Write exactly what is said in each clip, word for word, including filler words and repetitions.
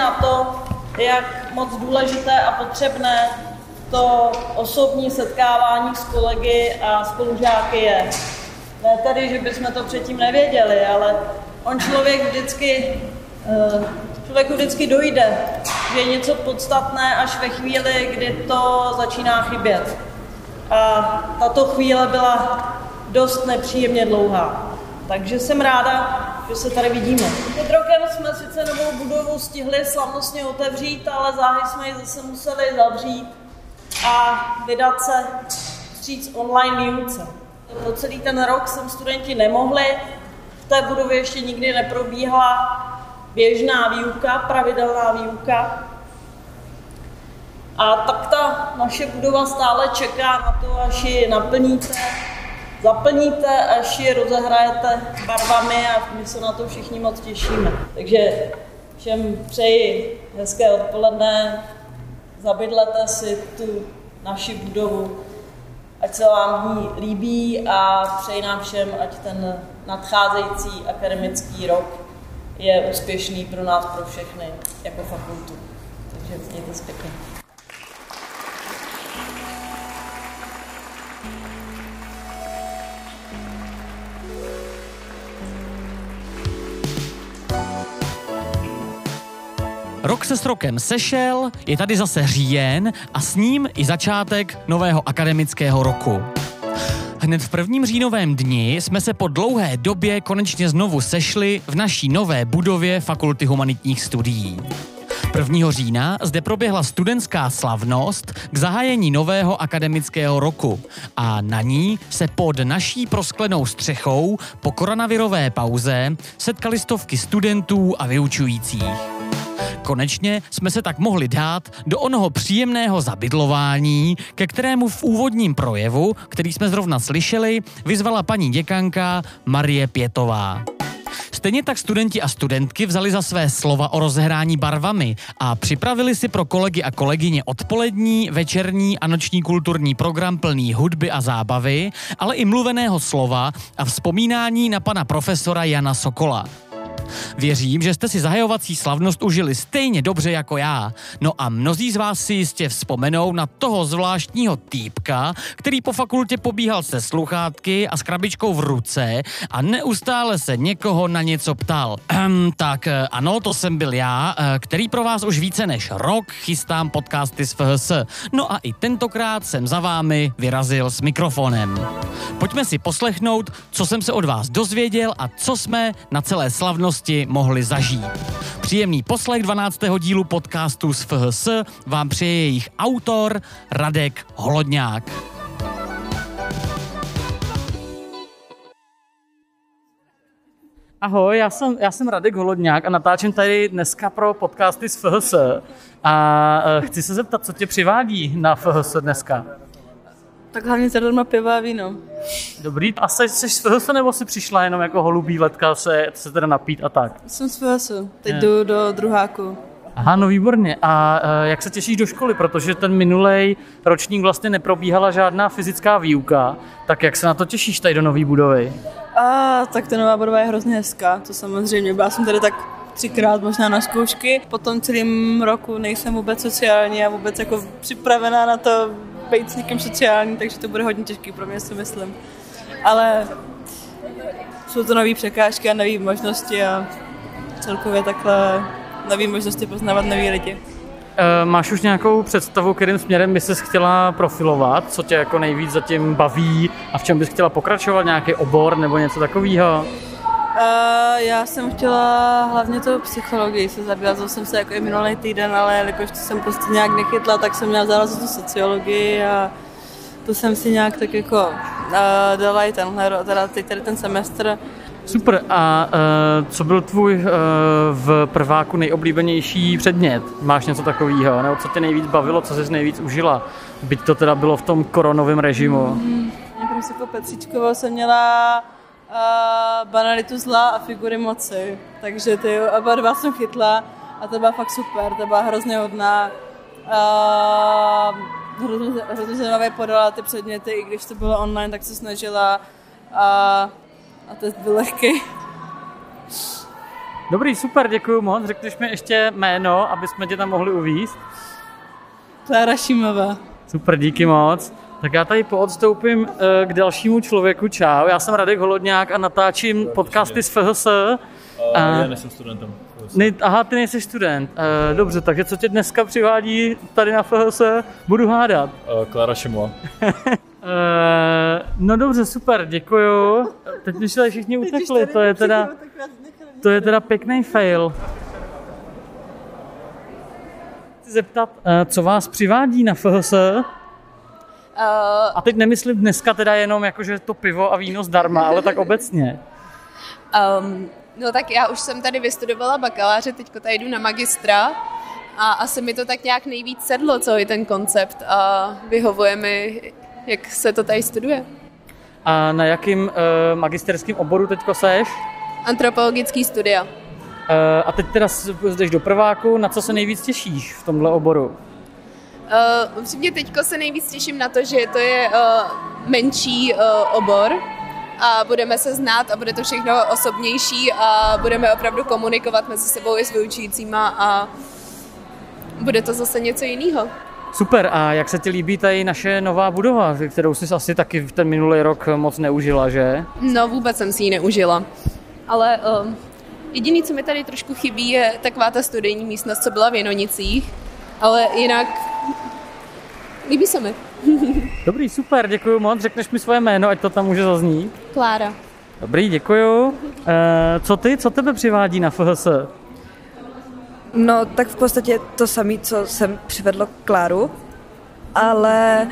na to, jak moc důležité a potřebné to osobní setkávání s kolegy a spolužáky je. Ne tady, že bychom to předtím nevěděli, ale on člověk vždycky, člověku vždycky dojde, že je něco podstatné až ve chvíli, kdy to začíná chybět. A tato chvíle byla dost nepříjemně dlouhá. Takže jsem ráda, že se tady vidíme. Před rokem jsme sice novou budovu stihli slavnostně otevřít, ale záhy jsme ji zase museli zavřít a vydat se vstříc online výuce. Po celý ten rok jsem studenti nemohli, v té budově ještě nikdy neprobíhala běžná výuka, pravidelná výuka. A tak ta naše budova stále čeká na to, až ji naplníte, zaplníte, až ji rozehrajete barvami a my se na to všichni moc těšíme. Takže všem přeji hezké odpoledne, zabydlete si tu naši budovu, ať se vám v ní líbí a přeji nám všem, ať ten nadcházející akademický rok je úspěšný pro nás, pro všechny, jako fakultu. Takže mějte se pěkně. Rok se s rokem sešel, je tady zase říjen a s ním i začátek nového akademického roku. Hned v prvním říjnovém dni jsme se po dlouhé době konečně znovu sešli v naší nové budově Fakulty humanitních studií. prvního října zde proběhla studentská slavnost k zahájení nového akademického roku a na ní se pod naší prosklenou střechou po koronavirové pauze setkali stovky studentů a vyučujících. Konečně jsme se tak mohli dát do onoho příjemného zabydlování, ke kterému v úvodním projevu, který jsme zrovna slyšeli, vyzvala paní děkanka Marie Pětová. Stejně tak studenti a studentky vzali za své slova o rozehrání barvami a připravili si pro kolegy a kolegyně odpolední, večerní a noční kulturní program plný hudby a zábavy, ale i mluveného slova a vzpomínání na pana profesora Jana Sokola. Věřím, že jste si zahajovací slavnost užili stejně dobře jako já. No a mnozí z vás si jistě vzpomenou na toho zvláštního týpka, který po fakultě pobíhal se sluchátky a s krabičkou v ruce a neustále se někoho na něco ptal. Ehm, tak ano, to jsem byl já, který pro vás už více než rok chystám podcasty z F H S. No a i tentokrát jsem za vámi vyrazil s mikrofonem. Pojďme si poslechnout, co jsem se od vás dozvěděl a co jsme na celé slavnosti mohli zažít. Příjemný poslech dvanáctého dílu podcastu z F H S vám přeje jejich autor Radek Holodňák. Ahoj, já jsem, já jsem Radek Holodňák a natáčím tady dneska pro podcasty z F H S a chci se zeptat, co tě přivádí na F H S dneska? Tak hlavně zadarmo piva a víno. Dobrý. A jsi, jsi z F H S nebo jsi přišla jenom jako holubí letka se, se teda napít a tak? Jsem z F H S. Teď je. jdu do druháku. Aha, no výborně. A uh, jak se těšíš do školy? Protože ten minulej ročník vlastně neprobíhala žádná fyzická výuka. Tak jak se na to těšíš tady do nový budovy? A tak ta nová budova je hrozně hezká, to samozřejmě. Byla jsem tady tak třikrát možná na zkoušky. Po tom celém roku nejsem vůbec sociální a vůbec jako připravená na to být s někým sociální, takže to bude hodně těžký pro mě, si myslím. Ale jsou to nové překážky a nové možnosti a celkově takhle nové možnosti poznávat nový lidi. E, máš už nějakou představu, kterým směrem bys se chtěla profilovat? Co tě jako nejvíc zatím baví a v čem bys chtěla pokračovat? Nějaký obor nebo něco takového? Uh, já jsem chtěla hlavně to psychologii se zabývat, to jsem se jako i minulý týden, ale jakož to jsem prostě nějak nechytla, tak jsem měla záležet tu sociologii a to jsem si nějak tak jako uh, dala i tenhle, teda teď tady ten semestr. Super, a uh, co byl tvůj uh, v prváku nejoblíbenější předmět? Máš něco takového, nebo co tě nejvíc bavilo, co jsi nejvíc užila? Byť to teda bylo v tom koronovém režimu. Mm, jako jako Petříčkovou jsem měla Uh, banalitu zla a figury moci, takže ty oba dva jsem chytla a to byla fakt super, to byla hrozně hodná, uh, hrozně, hrozně zajímavě podala ty předměty, i když to bylo online, tak se snažila a, a test byl lehký. Dobrý, super, děkuju moc. Řekneš mi ještě jméno, aby jsme tě tam mohli uvízt. Klára Šimová. Super, díky moc. Tak já tady poodstoupím k dalšímu člověku. Čau, já jsem Radek Holodňák a natáčím podcasty z F H S. A já nejsem studentem. Ne, aha, ty nejsi student. E, dobře, takže co tě dneska přivádí tady na F H S? Budu hádat. Klára Šimová. e, no dobře, super, děkuju. Teď mi tady všichni utekli, to je teda, to je teda pěkný fail. Chci zeptat, co vás přivádí na F H S? Uh, a teď nemyslím dneska teda jenom jakože to pivo a víno zdarma, ale tak obecně. Um, no tak já už jsem tady vystudovala bakaláře, teďko tady jdu na magistra a asi mi to tak nějak nejvíc sedlo, celý ten koncept a vyhovuje mi, jak se to tady studuje. A na jakým uh, magisterském oboru teďko seš? Antropologický studia. Uh, a teď teda jdeš do prváku, na co se nejvíc těšíš v tomhle oboru? Uh, upřímně teďko se nejvíc těším na to, že to je uh, menší uh, obor a budeme se znát a bude to všechno osobnější a budeme opravdu komunikovat mezi sebou i s vyučujícíma a bude to zase něco jiného. Super, a jak se ti líbí tady naše nová budova, kterou jsi asi taky v ten minulý rok moc neužila, že? No vůbec jsem si ji neužila, ale uh, jediné, co mi tady trošku chybí, je taková ta studijní místnost, co byla v Jenonicích, ale jinak líbí se mi. Dobrý, super, děkuju moc. Řekneš mi svoje jméno, ať to tam může zaznít. Klára. Dobrý, děkuju. E, co ty, co tebe přivádí na F H S? No, tak v podstatě to samé, co jsem přivedlo Kláru, ale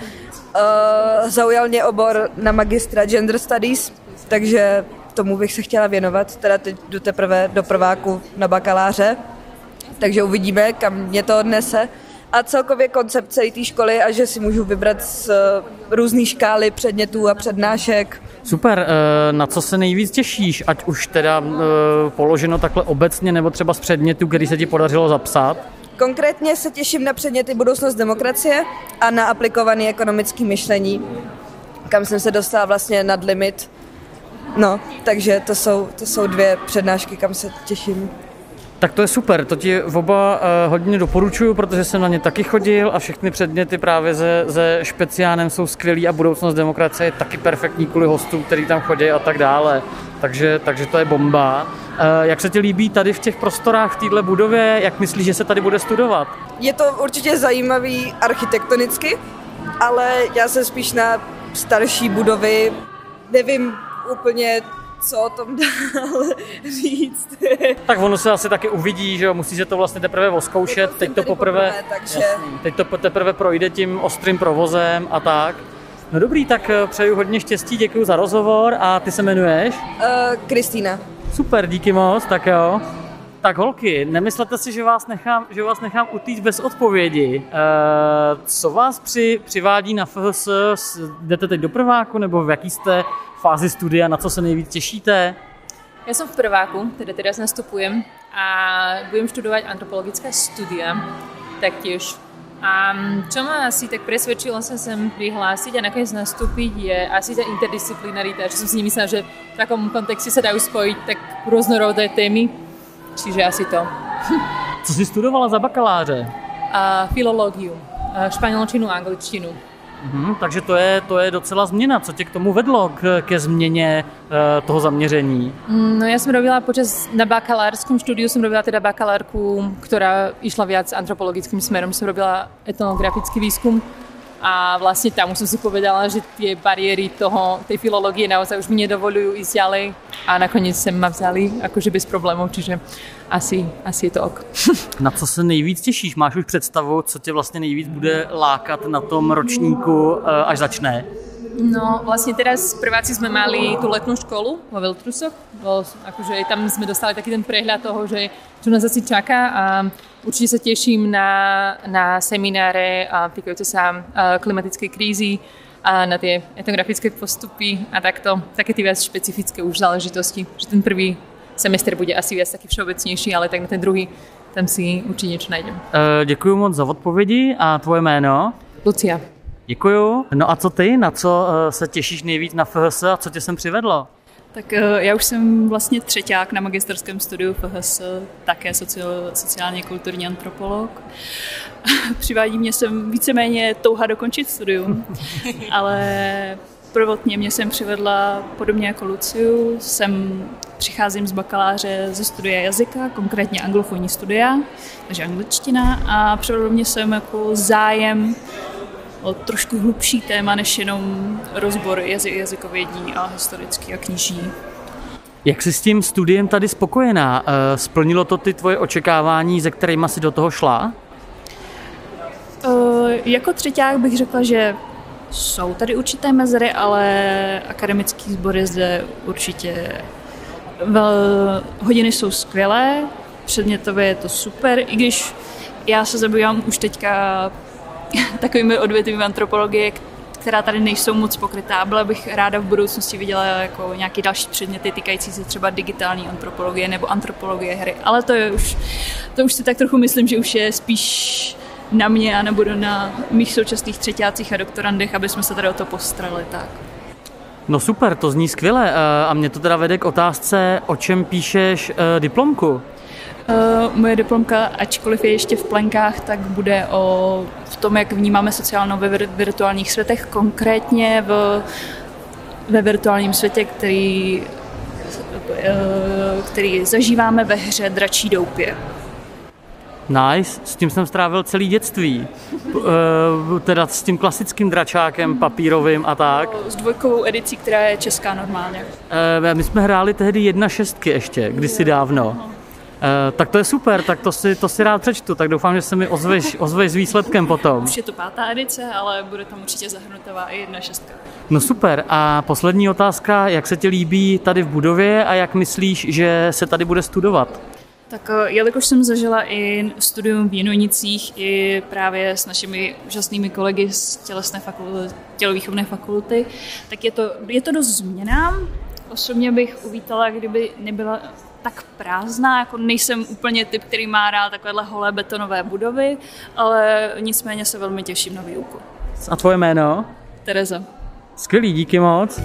uh, zaujal mě obor na magistra Gender Studies, takže tomu bych se chtěla věnovat. Teda teď jdu teprve do prváku na bakaláře, takže uvidíme, kam mě to odnese. A celkově koncept celé té školy a že si můžu vybrat z různých škály předmětů a přednášek. Super, na co se nejvíc těšíš, ať už teda položeno takhle obecně nebo třeba z předmětů, který se ti podařilo zapsat? Konkrétně se těším na předměty Budoucnost demokracie a na aplikované ekonomické myšlení, kam jsem se dostala vlastně nad limit. No, takže to jsou, to jsou dvě přednášky, kam se těším. Tak to je super, to ti oba uh, hodně doporučuju, protože jsem na ně taky chodil a všechny předměty právě se, se špeciánem jsou skvělý a Budoucnost demokracie je taky perfektní kvůli hostům, který tam chodí a tak dále. Takže, takže to je bomba. Uh, jak se ti líbí tady v těch prostorách v téhle budově, jak myslíš, že se tady bude studovat? Je to určitě zajímavý architektonicky, ale já jsem spíš na starší budovy, nevím úplně, co o tom dál říct. Tak ono se asi taky uvidí, že jo, musí se to vlastně teprve oskoušet, teď to poprvé, poprvé takže... jasný, teď to teprve projde tím ostrým provozem a tak. No dobrý, tak přeju hodně štěstí, děkuji za rozhovor a ty se jmenuješ? Kristýna. Uh, Super, díky moc, tak jo. Tak holky, nemyslete si, že vás nechám, že vás nechám utíct bez odpovědi. E, co vás při, přivádí na F H S? Jdete teď do prváku nebo v jaký jste fázi studia, na co se nejvíc těšíte? Ja som v prváku, teda teraz nastupujem a budem študovať antropologické studia taktiež. A čo ma asi tak presvedčilo sa sem prihlásiť a nakoniec nastúpiť je asi ta interdisciplinarita, že som si nemyslela, že v takom kontexte sa dajú spojiť tak rôznorodé témy, čiže asi to. Co jsi studovala za bakaláře? A filológiu, a španělčinu a angličtinu. Mhm, takže to je, to je docela změna. Co tě k tomu vedlo, k, ke změně uh, toho zaměření? No ja som robila počas, na bakalárskom štúdiu som robila teda bakalárku, ktorá išla viac antropologickým smerom. Som robila etnografický výskum a vlastne tam som si povedala, že tie bariéry toho, tej filológie naozaj už mi nedovolujú ísť ďalej a nakoniec sem ma vzali akože bez problémov, čiže asi, asi je to ok. Na co se nejvíc těšíš? Máš už představu, co tě vlastně nejvíc bude lákat na tom ročníku, až začne? No vlastne teraz prváci sme mali tú letnú školu vo Veltrusoch. Akože tam sme dostali taký ten prehľad toho, že čo nás asi čaká a určite sa teším na, na semináre týkajúce sa klimatickej krízy a na tie etnografické postupy a takto, také tie viac špecifické už záležitosti. Že ten prvý semestr bude asi viac taký všeobecnejší, ale tak na ten druhý tam si určite niečo nájdem. E, děkuju moc za odpovědi a tvoje jméno? Lucia. Děkuju. No a co ty? Na co se těšíš nejvíc na F H S a co tě sem přivedlo? Tak já už jsem vlastně třeťák na magisterském studiu F H S, také socio, sociálně kulturní antropolog. Přivádí mě sem víceméně touha dokončit studium, ale prvotně mě sem přivedla podobně jako Luciu. Sem přicházím z bakaláře ze studia jazyka, konkrétně anglofonní studia, takže angličtina, a přivedl mě sem jako zájem o trošku hlubší téma, než jenom rozbor jazy, jazykovědní a historický a knižní. Jak jsi s tím studiem tady spokojená? Splnilo to ty tvoje očekávání, ze kterými jsi do toho šla? Uh, jako třeťák bych řekla, že jsou tady určité mezery, ale akademický sbor je zde určitě vel, hodiny jsou skvělé, předmětově je to super, i když já se zabývám už teďka takovými odvětvými antropologie, která tady nejsou moc pokrytá. Byla bych ráda v budoucnosti viděla jako nějaké další předměty týkající se třeba digitální antropologie nebo antropologie hry, ale to je už, to už si tak trochu myslím, že už je spíš na mě a nebo na mých současných třeťácích a doktorandech, aby jsme se tady o to postarali. Tak. No super, to zní skvěle. A mě to teda vede k otázce, o čem píšeš diplomku? Uh, moje diplomka, ačkoliv je ještě v plenkách, tak bude o v tom, jak vnímáme sociálno ve virtuálních světech, konkrétně v, ve virtuálním světě, který, uh, který zažíváme ve hře Dračí doupě. Nice, s tím jsem strávil celý dětství. E, teda s tím klasickým dračákem papírovým a tak. S dvojkovou edicí, která je česká normálně. E, my jsme hráli tehdy jedna šestky ještě, kdysi dávno. E, tak to je super, tak to si, to si rád přečtu, tak doufám, že se mi ozveš, ozveš s výsledkem potom. Už je to pátá edice, ale bude tam určitě zahrnutová i jedna šestka. No super, a poslední otázka, jak se ti líbí tady v budově a jak myslíš, že se tady bude studovat? Tak jelikož jsem zažila i studium v Jinonicích, i právě s našimi úžasnými kolegy z tělesné fakulty, tělovýchovné fakulty, tak je to, je to dost změnám. Osobně bych uvítala, kdyby nebyla tak prázdná, jako nejsem úplně typ, který má rád takovéhle holé betonové budovy, ale nicméně se velmi těším na výuku. A tvoje jméno? Tereza. Skvělý, díky moc.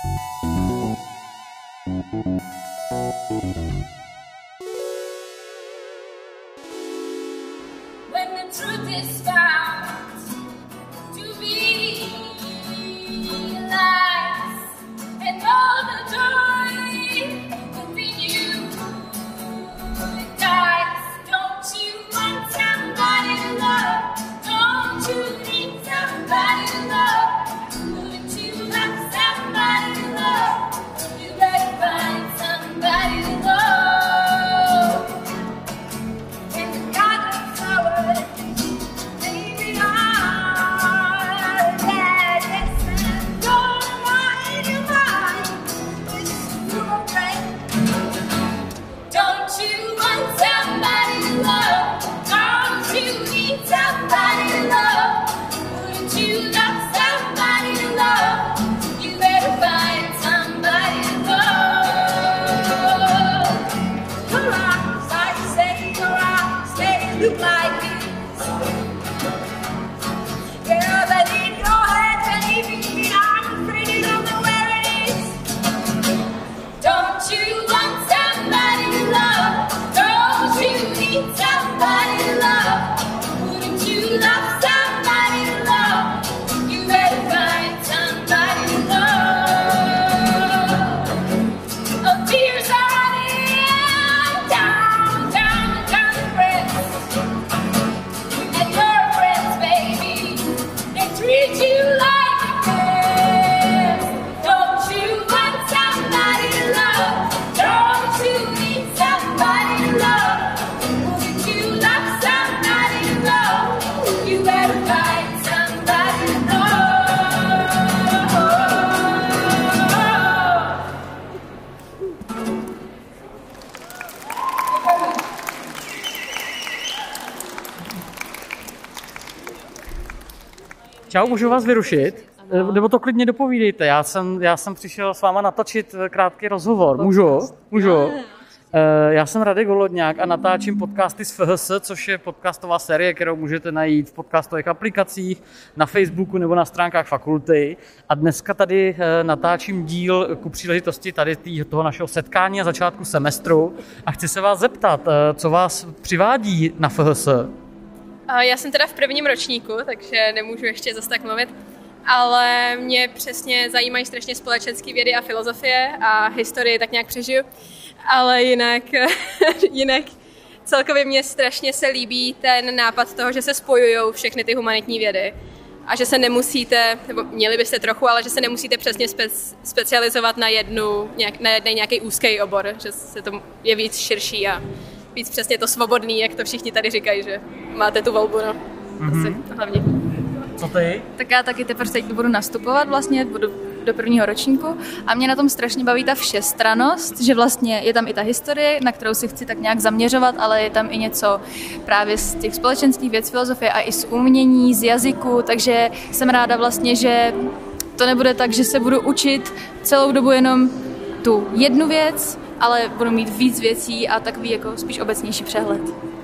Čau, můžu vás vyrušit? Ano. Nebo to klidně dopovídejte. Já jsem, já jsem přišel s váma natočit krátký rozhovor. Můžu? Můžu? Já jsem Radek Holodňák a natáčím podcasty z F H S, což je podcastová série, kterou můžete najít v podcastových aplikacích, na Facebooku nebo na stránkách fakulty. A dneska tady natáčím díl ku příležitosti tady toho našeho setkání a začátku semestru. A chci se vás zeptat, co vás přivádí na F H S? Já jsem teda v prvním ročníku, takže nemůžu ještě zase tak mluvit. Ale mě přesně zajímají strašně společenské vědy a filozofie a historii tak nějak přežiju. Ale jinak, jinak celkově mě strašně se líbí ten nápad toho, že se spojují všechny ty humanitní vědy a že se nemusíte, nebo měli byste trochu, ale že se nemusíte přesně spe- specializovat na jednu, nějak, na jedný nějaký úzký obor, že se to je víc širší a víc přesně to svobodný, jak to všichni tady říkají, že máte tu volbu, no. Mm-hmm. Asi hlavně. Co ty? Tak já taky teprve teď budu nastupovat vlastně, budu do prvního ročníku a mě na tom strašně baví ta všestrannost, že vlastně je tam i ta historie, na kterou si chci tak nějak zaměřovat, ale je tam i něco právě z těch společenských věc, filozofie a i z umění, z jazyku, takže jsem ráda vlastně, že to nebude tak, že se budu učit celou dobu jenom tu jednu věc, ale budu mít víc věcí a takový jako spíš obecnější přehled.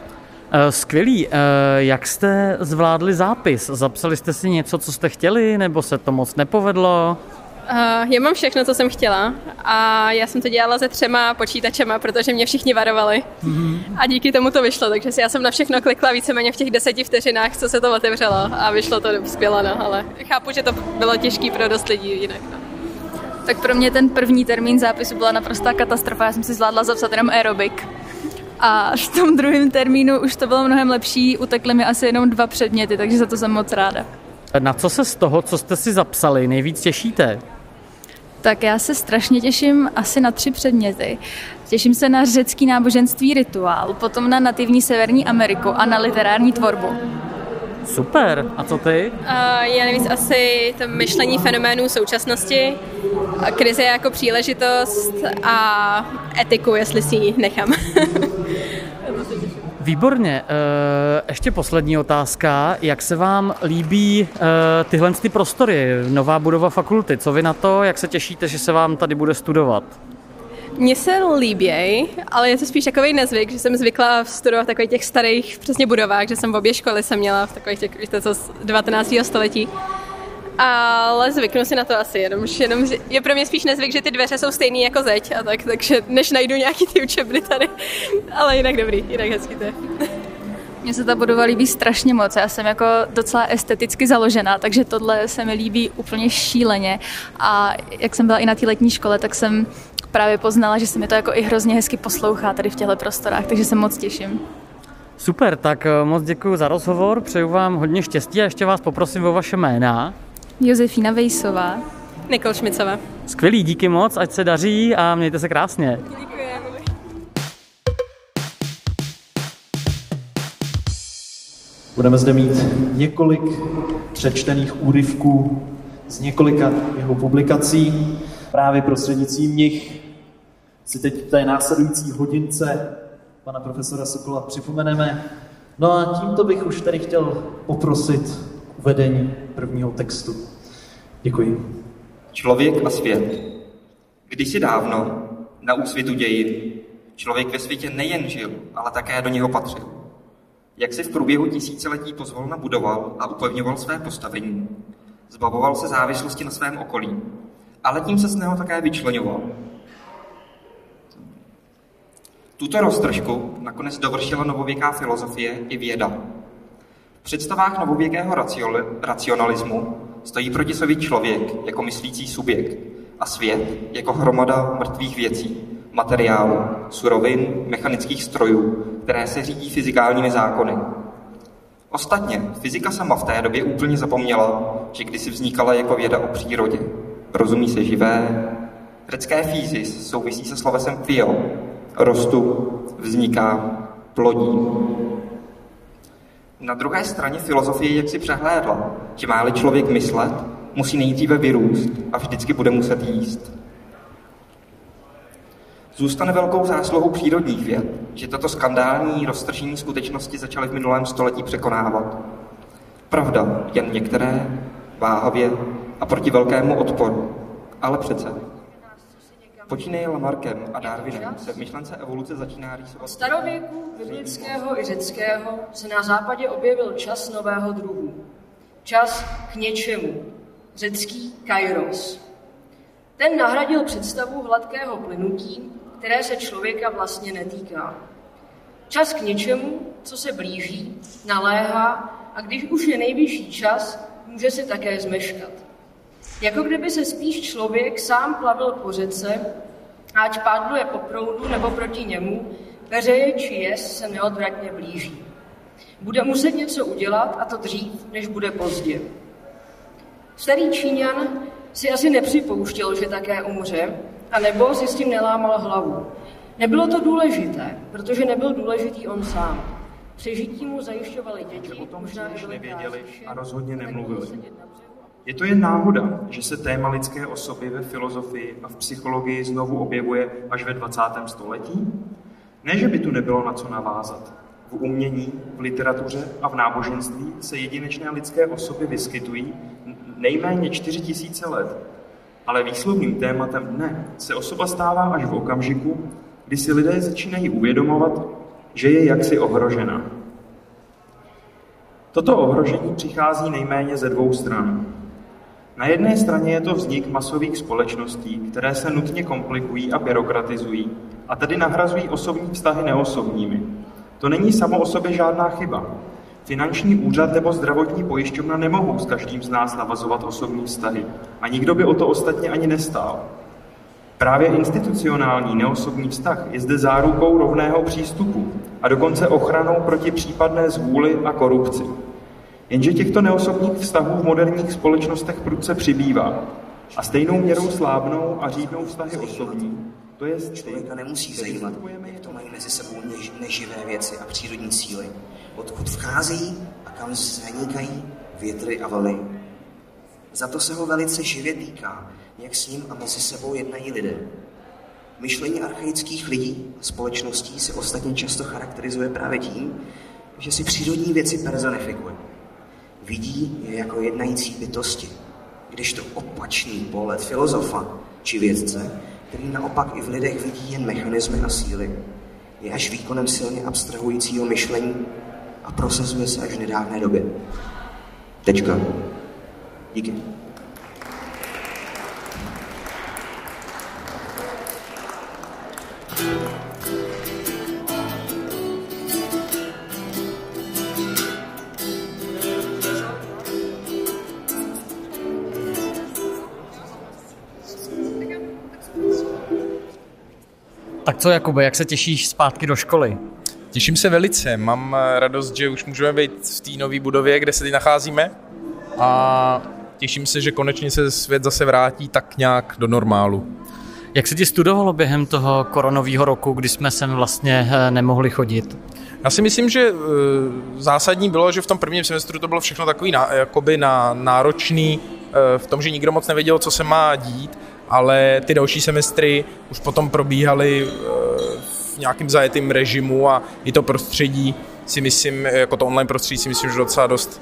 Skvělý. Jak jste zvládli zápis? Zapsali jste si něco, co jste chtěli, nebo se to moc nepovedlo? Uh, já mám všechno, co jsem chtěla a já jsem to dělala se třema počítačema, protože mě všichni varovali mm-hmm. a díky tomu to vyšlo, takže já jsem na všechno klikla víceméně v těch deseti vteřinách, co se to otevřelo a vyšlo to skvěle, no, ale chápu, že to bylo těžký pro dost lidí jinak. No. Tak pro mě ten první termín zápisu byla naprostá katastrofa, já jsem si zvládla zapsat jenom aerobik. A v tom druhém termínu už to bylo mnohem lepší, utekly mi asi jenom dva předměty, takže za to jsem moc ráda. Na co se z toho, co jste si zapsali, nejvíc těšíte? Tak já se strašně těším asi na tři předměty. Těším se na řecký náboženství rituál, potom na nativní Severní Ameriku a na literární tvorbu. Super. A co ty? Uh, já nejvíc asi to myšlení fenoménů současnosti, krize jako příležitost a etiku, jestli si ji nechám. Výborně. Ještě poslední otázka. Jak se vám líbí tyhle ty prostory, nová budova fakulty? Co vy na to? Jak se těšíte, že se vám tady bude studovat? Mně se líběj, ale je to spíš takový nezvyk, že jsem zvykla studovat v takových těch starých přesně budovách, že jsem v obě školy jsem měla v takových těch, víte co, z devatenáctého století. Ale zvyknu si na to asi, jenom, jenom je pro mě spíš nezvyk, že ty dveře jsou stejný jako zeď a tak, takže než najdu nějaký ty učebny tady, ale jinak dobrý, jinak hezký to je. Mně se ta budova líbí strašně moc, já jsem jako docela esteticky založená, takže tohle se mi líbí úplně šíleně a jak jsem byla i na té letní škole, tak jsem právě poznala, že se mi to jako i hrozně hezky poslouchá tady v těchto prostorách, takže se moc těším. Super, tak moc děkuji za rozhovor, přeju vám hodně štěstí a ještě vás poprosím o vaše jména. Josefína Vejsová. Nikol Šmicová. Skvělý, díky moc, ať se daří a mějte se krásně. Děkuji. Budeme zde mít několik přečtených úryvků z několika jeho publikací. Právě prostřednictvím nich si teď v té následující hodince pana profesora Sokola připomeneme. No a tímto bych už tady chtěl poprosit k uvedení prvního textu. Děkuji. Člověk a svět. Kdysi dávno, na úsvitu dějin, člověk ve světě nejen žil, ale také do něho patřil. Jak si v průběhu tisíciletí pozvolna budoval a upevňoval své postavení, zbavoval se závislosti na svém okolí, ale tím se z něho také vyčleňoval. Tuto roztržku nakonec dovršila novověká filozofie i věda. V představách novověkého racionalismu stojí proti sobě člověk jako myslící subjekt a svět jako hromada mrtvých věcí, materiálu, surovin, mechanických strojů, které se řídí fyzikálními zákony. Ostatně, fyzika sama v té době úplně zapomněla, že kdysi vznikala jako věda o přírodě. Rozumí se živé. Řecké fyzis souvisí se slovesem phio, rostu, vzniká, plodí. Na druhé straně filozofie jaksi přehlédla, že má-li člověk myslet, musí nejdříve vyrůst a vždycky bude muset jíst. Zůstane velkou zásluhou přírodních věd, že tato skandální roztržení skutečnosti začaly v minulém století překonávat. Pravda, jen některé, váhavě a proti velkému odporu, ale přece. Počínaje Lamarckem a Darwinem se v myšlence evoluce začíná rýsovat. Od starověku biblického i řeckého se na západě objevil čas nového druhu. Čas k něčemu. Řecký kairos. Ten nahradil představu hladkého plynutí, které se člověka vlastně netýká. Čas k něčemu, co se blíží, naléhá a když už je nejvyšší čas, může se také zmeškat. Jako kdyby se spíš člověk sám plavil po řece, ať pádluje po proudu nebo proti němu, peřeje či jez se neodvratně blíží. Bude muset něco udělat, a to dřív, než bude pozdě. Starý Číňan si asi nepřipouštěl, že také umře, anebo si s tím nelámal hlavu. Nebylo to důležité, protože nebyl důležitý on sám. Přežití mu zajišťovali děti, o tom možná i nevěděli a rozhodně nemluvili. Je to jen náhoda, že se téma lidské osoby ve filozofii a v psychologii znovu objevuje až ve dvacátém století? Ne, že by tu nebylo na co navázat. V umění, v literatuře a v náboženství se jedinečné lidské osoby vyskytují nejméně čtyři tisíce let. Ale výslovným tématem dne se osoba stává až v okamžiku, kdy si lidé začínají uvědomovat, že je jaksi ohrožena. Toto ohrožení přichází nejméně ze dvou stran. Na jedné straně je to vznik masových společností, které se nutně komplikují a byrokratizují, a tedy nahrazují osobní vztahy neosobními. To není samo o sobě žádná chyba. Finanční úřad nebo zdravotní pojišťovna nemohou s každým z nás navazovat osobní vztahy a nikdo by o to ostatně ani nestál. Právě institucionální neosobní vztah je zde zárukou rovného přístupu a dokonce ochranou proti případné zvůli a korupci. Jenže těchto neosobních vztahů v moderních společnostech prudce přibývá a stejnou měrou slábnou a řídnou vztahy osobní. To je člověka nemusí zajímat, jak to mají mezi sebou než, neživé věci a přírodní síly. Odkud vcházejí a kam zanikají větry a vlny. Za to se ho velice živě týká, jak s ním a mezi sebou jednají lidé. Myšlení archaických lidí a společností se ostatně často charakterizuje právě tím, že si přírodní věci personifikuje. Vidí je jako jednající bytosti, kdežto opačný pohled filozofa či vědce, který naopak i v lidech vidí jen mechanismy a síly, je až výkonem silně abstrahujícího myšlení a prosazuje se až v nedávné době. Tečka. Díky. Tak co, Jakube, jak se těšíš zpátky do školy? Těším se velice, mám radost, že už můžeme být v té nové budově, kde se teď nacházíme a těším se, že konečně se svět zase vrátí tak nějak do normálu. Jak se ti studovalo během toho koronového roku, kdy jsme sem vlastně nemohli chodit? Já si myslím, že zásadní bylo, že v tom prvním semestru to bylo všechno takový ná, jakoby na, náročný v tom, že nikdo moc nevěděl, co se má dít, ale ty další semestry už potom probíhaly v nějakým zajetým režimu a i to prostředí si myslím, jako to online prostředí si myslím, že docela dost,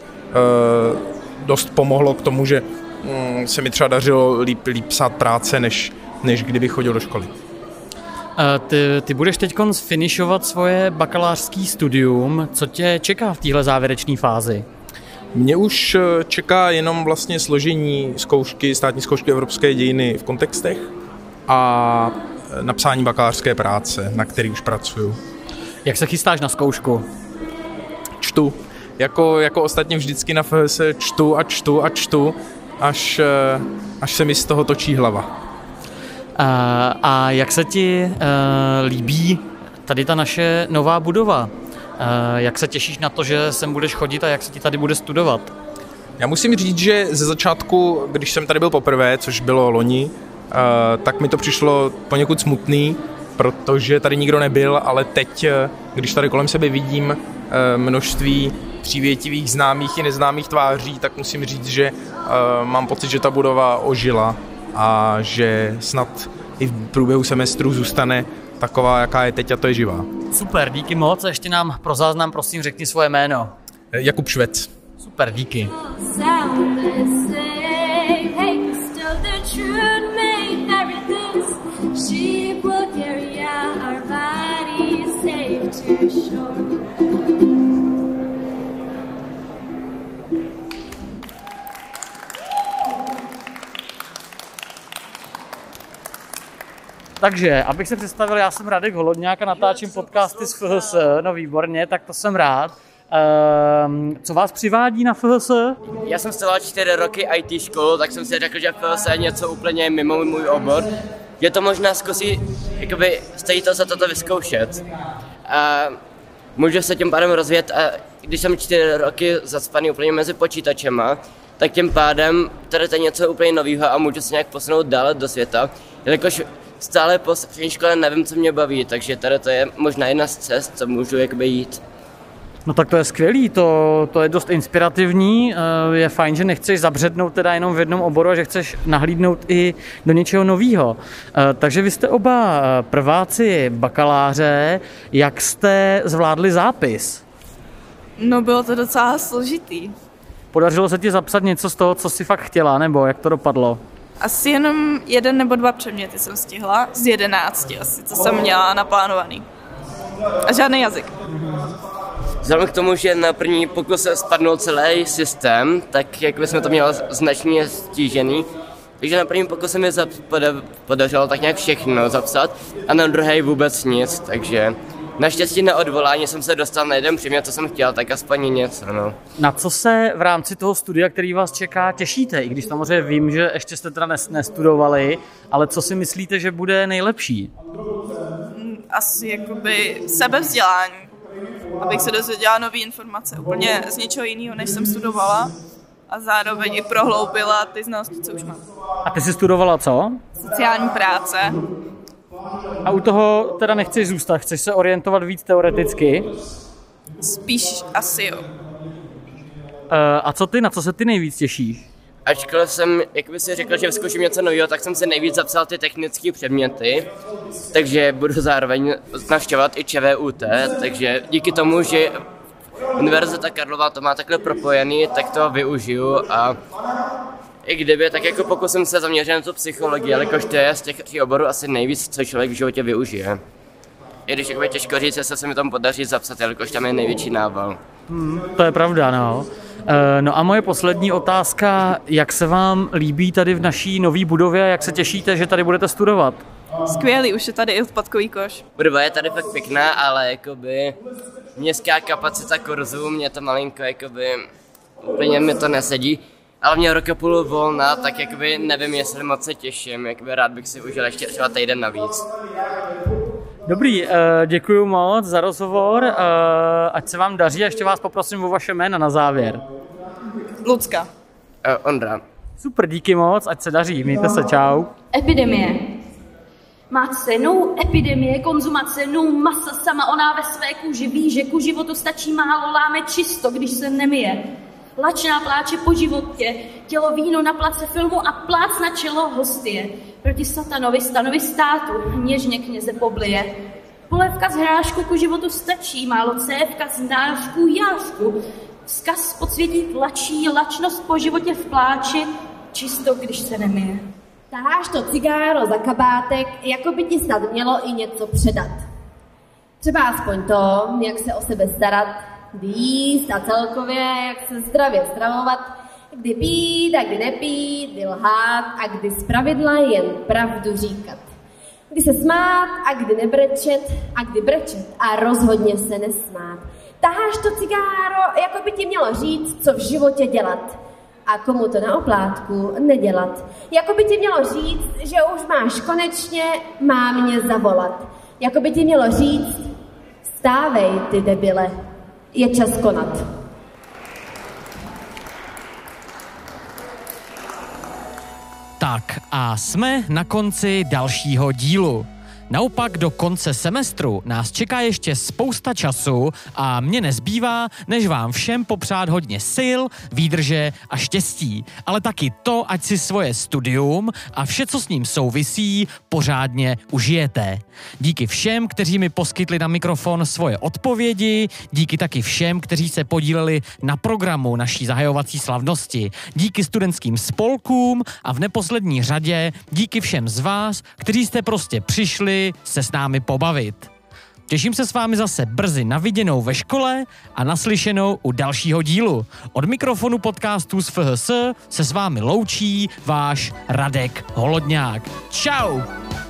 dost pomohlo k tomu, že se mi třeba dařilo líp, líp psát práce, než, než kdyby chodil do školy. Ty, ty budeš teď finišovat svoje bakalářský studium. Co tě čeká v téhle závěrečné fázi? Mě už čeká jenom vlastně složení zkoušky, státní zkoušky evropské dějiny v kontextech a napsání bakalářské práce, na který už pracuju. Jak se chystáš na zkoušku? Čtu. Jako, jako ostatně vždycky na F H S čtu a čtu a čtu, až, až se mi z toho točí hlava. A, a jak se ti uh, líbí tady ta naše nová budova? Jak se těšíš na to, že sem budeš chodit a jak se ti tady bude studovat? Já musím říct, že ze začátku, když jsem tady byl poprvé, což bylo loni, tak mi to přišlo poněkud smutný, protože tady nikdo nebyl, ale teď, když tady kolem sebe vidím množství přívětivých známých i neznámých tváří, tak musím říct, že mám pocit, že ta budova ožila a že snad i v průběhu semestru zůstane taková, jaká je teď a to je živá. Super, díky moc. Ještě nám pro záznam prosím řekni svoje jméno. Jakub Švec. Super, díky. She Takže, abych se představil, já jsem Radek Holodňák a natáčím podcasty z F H S, no výborně, tak to jsem rád. Ehm, co vás přivádí na F H S? Já jsem studoval čtyři roky I T školu, tak jsem si řekl, že F H S je něco úplně mimo můj obor. Je to možná zkusit, jakoby stojí to za toto vyzkoušet. A můžu se tím pádem rozvíjet a když jsem čtyři roky zacpaný úplně mezi počítačema, tak tím pádem tady to je něco úplně nového a můžu se nějak posunout dál do světa. Jelikož stále po střední škole nevím, co mě baví, takže tady to je možná jedna z cest, co můžu jakoby jít. No tak to je skvělý, to, to je dost inspirativní, je fajn, že nechceš zabřednout teda jenom v jednom oboru a že chceš nahlídnout i do něčeho nového. Takže vy jste oba prváci bakaláře, jak jste zvládli zápis? No bylo to docela složitý. Podařilo se ti zapsat něco z toho, co jsi fakt chtěla, nebo jak to dopadlo? Asi jenom jeden nebo dva předměty jsem stihla, z jedenácti asi, co jsem měla naplánovaný. A žádný jazyk. Vzhledem k tomu, že na první pokus spadnul celý systém, tak jak jsme to měli značně stížený, takže na prvním pokusu mi podařilo tak nějak všechno zapsat a na druhý vůbec nic, takže naštěstí na odvolání jsem se dostal na jeden předmět, co jsem chtěl, tak aspoň něco, no. Na co se v rámci toho studia, který vás čeká, těšíte? I když samozřejmě vím, že ještě jste teda nestudovali, ale co si myslíte, že bude nejlepší? Asi jakoby sebevzdělání. Abych se dozvěděla nové informace úplně z něčeho jiného, než jsem studovala a zároveň i prohloubila ty znalosti, co už mám. A ty jsi studovala co? Sociální práce. A u toho teda nechceš zůstat, chceš se orientovat víc teoreticky? Spíš asi jo. E, a co ty, na co se ty nejvíc těšíš? Ačkoliv jsem, jak by si řekl, že vyzkouším něco nového, tak jsem si nejvíc zapsal ty technické předměty, takže budu zároveň navštěvovat i ČVUT, takže díky tomu, že Univerzita Karlova to má takhle propojený, tak to využiju a i kdyby, tak jako pokusím se zaměřit na tu psychologii, jelikož to je z těch tří oborů asi nejvíc, co člověk v životě využije. I když jakoby těžko říct, jestli se mi tam podaří zapsat, jelikož tam je největší nával. Hmm, to je pravda, no. E, no a moje poslední otázka, jak se vám líbí tady v naší nový budově, jak se těšíte, že tady budete studovat? Skvělý, už je tady i odpadkový koš. Budova je tady fakt pěkná, ale jakoby městská kapacita kurzů, mě to malinko jakoby, úplně mi to nesedí. Ale mě rok a půl volna, tak jakoby nevím, jestli moc se těším, jakoby rád bych si užil ještě třeba týden navíc. Dobrý, děkuji moc za rozhovor, ať se vám daří a ještě vás poprosím o vaše jména na závěr. Lucka. Uh, Ondra. Super, díky moc, ať se daří, mějte se, čau. Epidemie. Má cenu epidemie, konzumace no masa sama ona ve své kůži ví, že ku životu stačí málo, láme čisto, když se nemije. Lačná pláče po životě, tělo víno na place filmu a plác na čelo hostie. Proti satanovi stanovi státu, něžně kněze poblije. Polévka z hrášku ku životu stačí, málo cévka z nářku jářku. Vzkaz podsvětí tlačí, lačnost po životě v pláči, čisto, když se nemije. Taháš to cigáro za kabátek, jako by ti snad mělo i něco předat. Třeba aspoň to, jak se o sebe starat, kdy jíst a celkově, jak se zdravě stravovat, kdy pít a kdy nepít, kdy lhát a kdy zpravidla jen pravdu říkat. Kdy se smát a kdy nebrečet a kdy brečet a rozhodně se nesmát. Taháš to cigáro, jako by ti mělo říct, co v životě dělat. A komu to na oplátku nedělat. Jako by ti mělo říct, že už máš konečně, má mě zavolat. Jako by ti mělo říct, vstávej ty debile, je čas konat. Tak a jsme na konci dalšího dílu. Naopak do konce semestru nás čeká ještě spousta času a mně nezbývá, než vám všem popřát hodně sil, výdrže a štěstí. Ale taky to, ať si svoje studium a vše, co s ním souvisí, pořádně užijete. Díky všem, kteří mi poskytli na mikrofon svoje odpovědi, díky taky všem, kteří se podíleli na programu naší zahajovací slavnosti, díky studentským spolkům a v neposlední řadě díky všem z vás, kteří jste prostě přišli se s námi pobavit. Těším se s vámi zase brzy na viděnou ve škole a naslyšenou u dalšího dílu. Od mikrofonu podcastu z F H S se s vámi loučí váš Radek Holodňák. Čau!